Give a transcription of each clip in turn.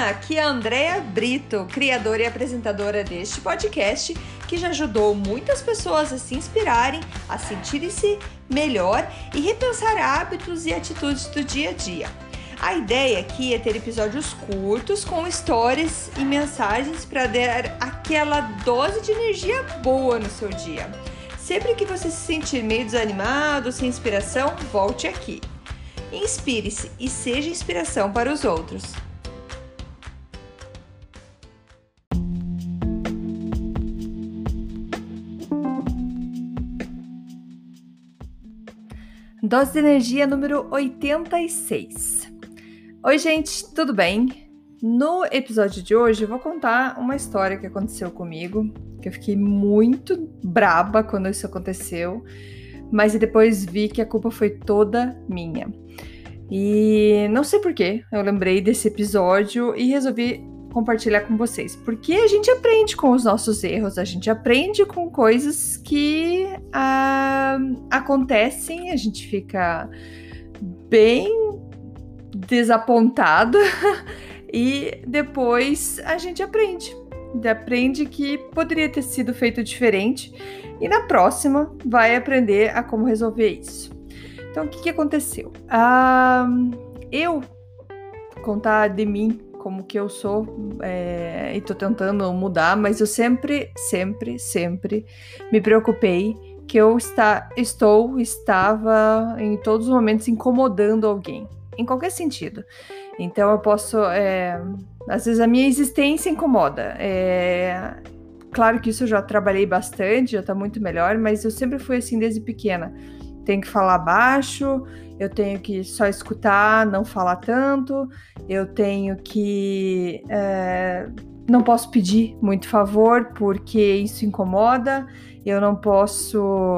Olá, aqui é a Andrea Brito, criadora e apresentadora deste podcast, que já ajudou muitas pessoas a se inspirarem, a sentirem-se melhor e repensar hábitos e atitudes do dia a dia. A ideia aqui é ter episódios curtos com histórias e mensagens para dar aquela dose de energia boa no seu dia. Sempre que você se sentir meio desanimado, sem inspiração, volte aqui. Inspire-se e seja inspiração para os outros. Dose de energia número 86. Oi, gente, tudo bem? No episódio de hoje eu vou contar uma história que aconteceu comigo, que eu fiquei muito braba quando isso aconteceu, mas depois vi que a culpa foi toda minha. E não sei porquê, eu lembrei desse episódio e resolvi compartilhar com vocês, porque a gente aprende com os nossos erros, a gente aprende com coisas que acontecem, a gente fica bem desapontado e depois a gente aprende que poderia ter sido feito diferente e na próxima vai aprender a como resolver isso. Então, o que aconteceu? Eu contar de mim como que eu sou, e tô tentando mudar, mas eu sempre me preocupei que eu estava em todos os momentos incomodando alguém, em qualquer sentido. Então eu posso, às vezes a minha existência incomoda. Claro que isso eu já trabalhei bastante, já tá muito melhor, mas eu sempre fui assim desde pequena. Tenho que falar baixo, eu tenho que só escutar, não falar tanto, eu tenho que... não posso pedir muito favor, porque isso incomoda, eu não posso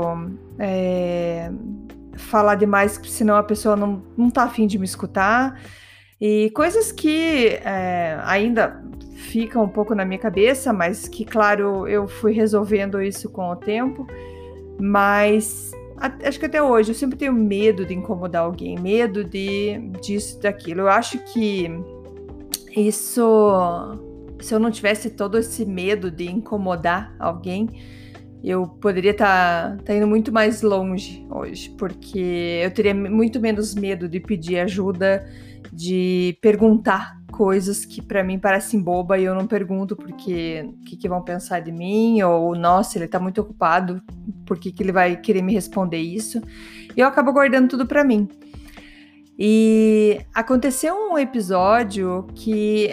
falar demais, senão a pessoa não tá afim de me escutar, e coisas que ainda ficam um pouco na minha cabeça, mas que, claro, eu fui resolvendo isso com o tempo, mas... acho que até hoje eu sempre tenho medo de incomodar alguém, medo disso, daquilo. Eu acho que isso, se eu não tivesse todo esse medo de incomodar alguém, eu poderia estar indo muito mais longe hoje, porque eu teria muito menos medo de pedir ajuda, de perguntar coisas que pra mim parecem boba e eu não pergunto porque o que vão pensar de mim, ou nossa, ele tá muito ocupado, por que ele vai querer me responder isso? E eu acabo guardando tudo pra mim. E aconteceu um episódio que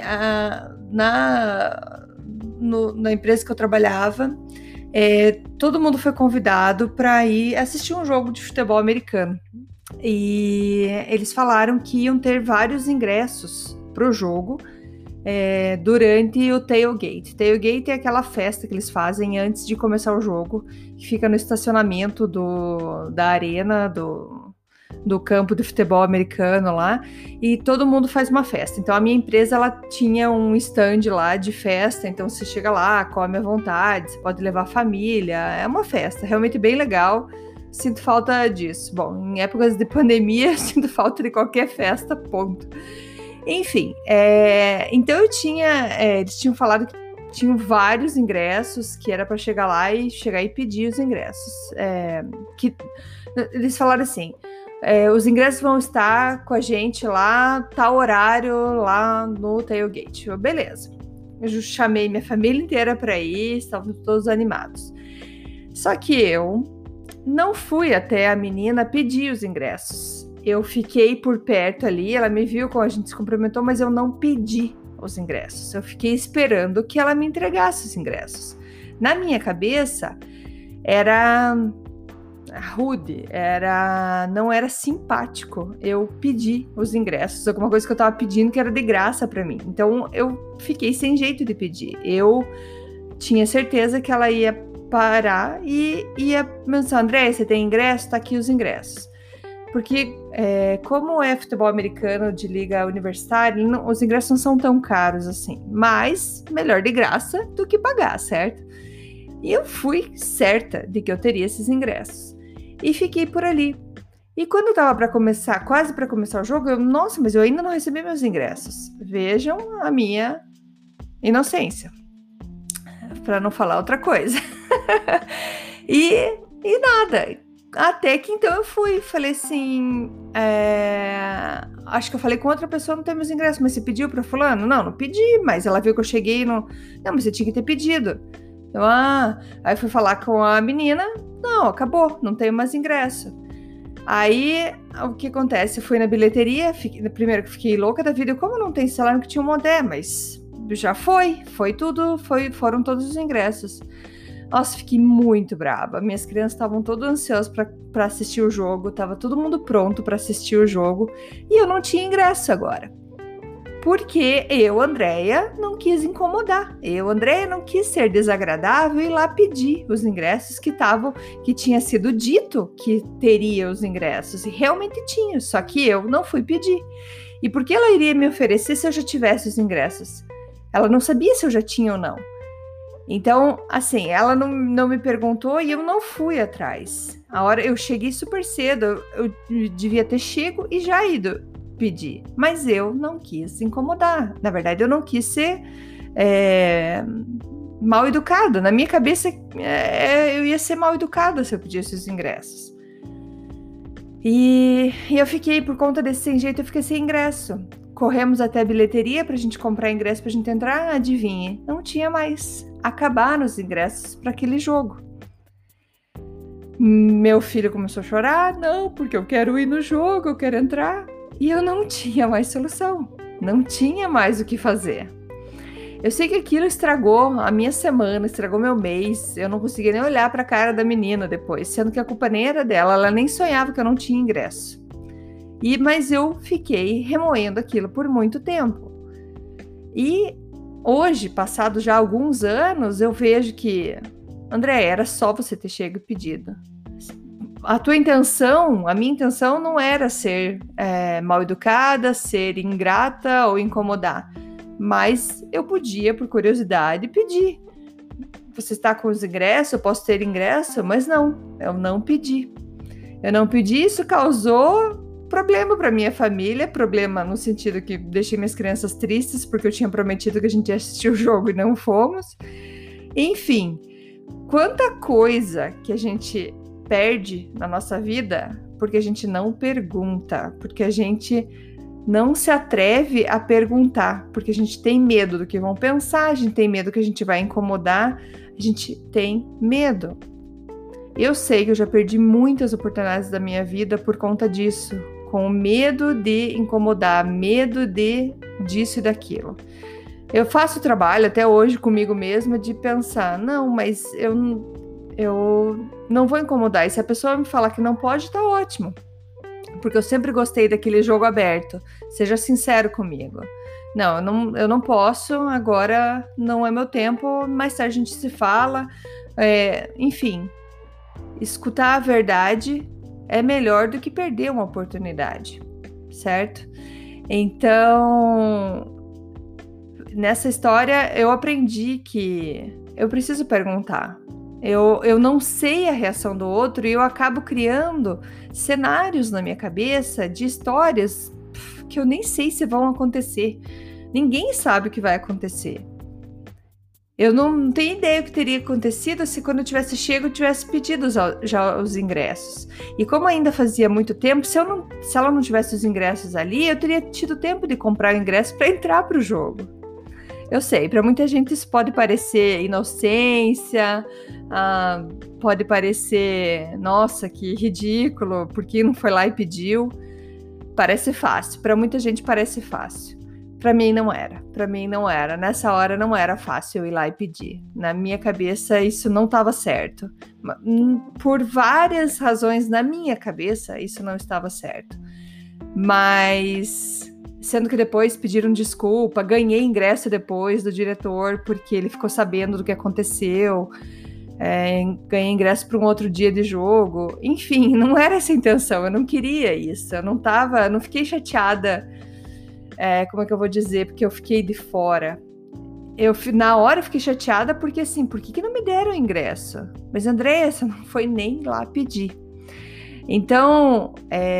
na empresa que eu trabalhava, todo mundo foi convidado para ir assistir um jogo de futebol americano. E eles falaram que iam ter vários ingressos para o jogo durante o tailgate. Tailgate é aquela festa que eles fazem antes de começar o jogo, que fica no estacionamento da arena, do campo de futebol americano lá, e todo mundo faz uma festa. Então a minha empresa, ela tinha um stand lá de festa, então você chega lá, come à vontade, você pode levar a família, é uma festa realmente bem legal. Sinto falta disso. Bom, em épocas de pandemia, sinto falta de qualquer festa, ponto. Enfim, então eles tinham falado que tinham vários ingressos, que era para chegar lá e pedir os ingressos. Eles falaram assim, os ingressos vão estar com a gente lá, tal horário, lá no tailgate. Beleza. Eu chamei minha família inteira para ir, estavam todos animados. Só que eu não fui até a menina pedir os ingressos. Eu fiquei por perto ali, ela me viu quando a gente se cumprimentou, mas eu não pedi os ingressos. Eu fiquei esperando que ela me entregasse os ingressos. Na minha cabeça, era rude, não era simpático eu pedir os ingressos, alguma coisa que eu tava pedindo que era de graça para mim. Então, eu fiquei sem jeito de pedir. Eu tinha certeza que ela ia parar e ia pensar, André, você tem ingresso? Tá aqui os ingressos. Porque como é futebol americano de liga universitária, os ingressos não são tão caros assim, mas melhor de graça do que pagar, certo? E eu fui certa de que eu teria esses ingressos. E fiquei por ali. E quando eu tava quase para começar o jogo, nossa, mas eu ainda não recebi meus ingressos. Vejam a minha inocência, para não falar outra coisa. e nada. Até que então eu falei assim, acho que eu falei com outra pessoa, não tem meus ingressos, mas você pediu para fulano? Não pedi, mas ela viu que eu cheguei e não, mas você tinha que ter pedido. Aí fui falar com a menina, não, acabou, não tenho mais ingresso. Aí, o que acontece? Eu fui na bilheteria, primeiro que fiquei louca da vida, como não tem celular que tinha um modé, mas já foi tudo, foram todos os ingressos. Nossa, fiquei muito brava. Minhas crianças estavam todas ansiosas para assistir o jogo, tava todo mundo pronto para assistir o jogo, e eu não tinha ingresso agora. Porque eu, Andréia, não quis incomodar. Eu, Andréia, não quis ser desagradável e ir lá pedir os ingressos que tinha sido dito que teria os ingressos. E realmente tinha, só que eu não fui pedir. E por que ela iria me oferecer se eu já tivesse os ingressos? Ela não sabia se eu já tinha ou não. Então, assim, ela não me perguntou e eu não fui atrás. A hora eu cheguei super cedo, eu devia ter chego e já ido pedir, mas eu não quis incomodar. Na verdade, eu não quis ser mal educada. Na minha cabeça, eu ia ser mal educada se eu pedisse os ingressos. E eu fiquei, por conta desse sem jeito, eu fiquei sem ingresso. Corremos até a bilheteria pra gente comprar ingresso pra gente entrar, adivinhe, não tinha mais. Acabaram os ingressos para aquele jogo. Meu filho começou a chorar, não, porque eu quero ir no jogo, eu quero entrar. E eu não tinha mais solução, não tinha mais o que fazer. Eu sei que aquilo estragou a minha semana, estragou meu mês, eu não conseguia nem olhar para a cara da menina depois, sendo que a culpa nem era dela, ela nem sonhava que eu não tinha ingresso. Mas eu fiquei remoendo aquilo por muito tempo. E hoje, passados já alguns anos, eu vejo que, André, era só você ter chego e pedido. A minha intenção não era ser mal educada, ser ingrata ou incomodar, mas eu podia, por curiosidade, pedir. Você está com os ingressos? Eu posso ter ingresso? Mas não, eu não pedi. Isso causou problema para minha família, problema no sentido que deixei minhas crianças tristes, porque eu tinha prometido que a gente ia assistir o jogo e não fomos. Enfim, quanta coisa que a gente perde na nossa vida porque a gente não pergunta, porque a gente não se atreve a perguntar, porque a gente tem medo do que vão pensar, a gente tem medo que a gente vai incomodar, a gente tem medo. Eu sei que eu já perdi muitas oportunidades da minha vida por conta disso, com medo de incomodar, medo disso e daquilo. Eu faço trabalho até hoje comigo mesma de pensar, não, mas eu não vou incomodar. E se a pessoa me falar que não pode, tá ótimo. Porque eu sempre gostei daquele jogo aberto. Seja sincero comigo. Não, eu não posso, agora não é meu tempo, mais tarde a gente se fala. Enfim, escutar a verdade é melhor do que perder uma oportunidade, certo? Então, nessa história, eu aprendi que eu preciso perguntar. Eu não sei a reação do outro e eu acabo criando cenários na minha cabeça de histórias que eu nem sei se vão acontecer. Ninguém sabe o que vai acontecer. Eu não tenho ideia do que teria acontecido se quando eu tivesse chego, eu tivesse pedido já os ingressos. E como ainda fazia muito tempo, se ela não tivesse os ingressos ali, eu teria tido tempo de comprar o ingresso para entrar para o jogo. Eu sei, para muita gente isso pode parecer inocência, pode parecer, nossa, que ridículo, porque não foi lá e pediu. Parece fácil, para muita gente parece fácil. Para mim não era. Nessa hora não era fácil eu ir lá e pedir. Na minha cabeça isso não estava certo. Por várias razões na minha cabeça isso não estava certo. Mas, sendo que depois pediram desculpa, ganhei ingresso depois do diretor porque ele ficou sabendo do que aconteceu. Ganhei ingresso para um outro dia de jogo. Enfim, não era essa a intenção. Eu não queria isso. Eu não fiquei chateada. Como é que eu vou dizer? Porque eu fiquei de fora. Na hora eu fiquei chateada porque assim, por que não me deram o ingresso? Mas Andréia, você não foi nem lá pedir. Então,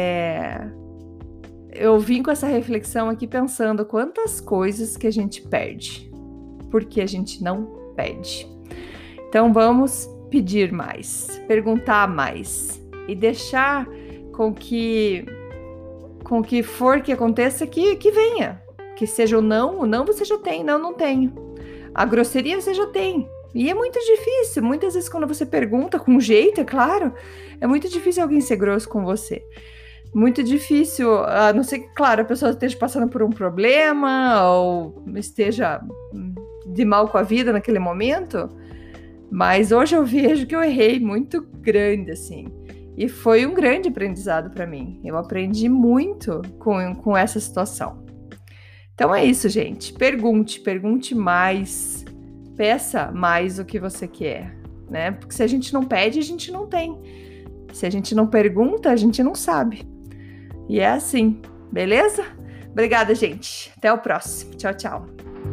eu vim com essa reflexão aqui pensando quantas coisas que a gente perde, porque a gente não pede. Então, vamos pedir mais, perguntar mais e deixar com que for que aconteça que venha. Que seja o não você já tem, não tenho. A grosseria você já tem. E é muito difícil, muitas vezes quando você pergunta com jeito, é claro, é muito difícil alguém ser grosso com você. Muito difícil, a não ser que, claro, a pessoa esteja passando por um problema ou esteja de mal com a vida naquele momento. Mas hoje eu vejo que eu errei muito grande, assim. E foi um grande aprendizado para mim. Eu aprendi muito com essa situação. Então é isso, gente. Pergunte mais. Peça mais o que você quer, né? Porque se a gente não pede, a gente não tem. Se a gente não pergunta, a gente não sabe. E é assim, beleza? Obrigada, gente. Até o próximo. Tchau, tchau.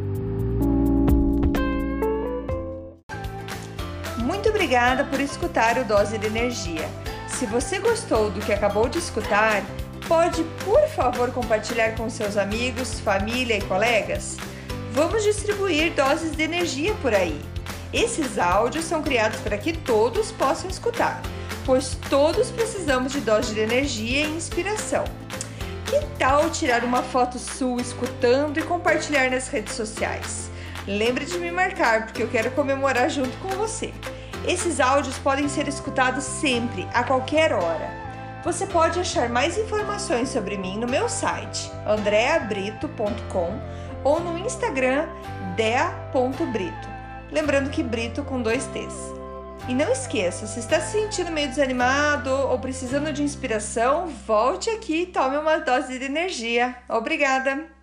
Muito obrigada por escutar o Dose de Energia. Se você gostou do que acabou de escutar, pode, por favor, compartilhar com seus amigos, família e colegas? Vamos distribuir doses de energia por aí. Esses áudios são criados para que todos possam escutar, pois todos precisamos de doses de energia e inspiração. Que tal tirar uma foto sua escutando e compartilhar nas redes sociais? Lembre de me marcar, porque eu quero comemorar junto com você. Esses áudios podem ser escutados sempre, a qualquer hora. Você pode achar mais informações sobre mim no meu site, andreabrito.com, ou no Instagram, dea.brito. Lembrando que Brito com 2 T's. E não esqueça, se está se sentindo meio desanimado ou precisando de inspiração, volte aqui e tome uma dose de energia. Obrigada!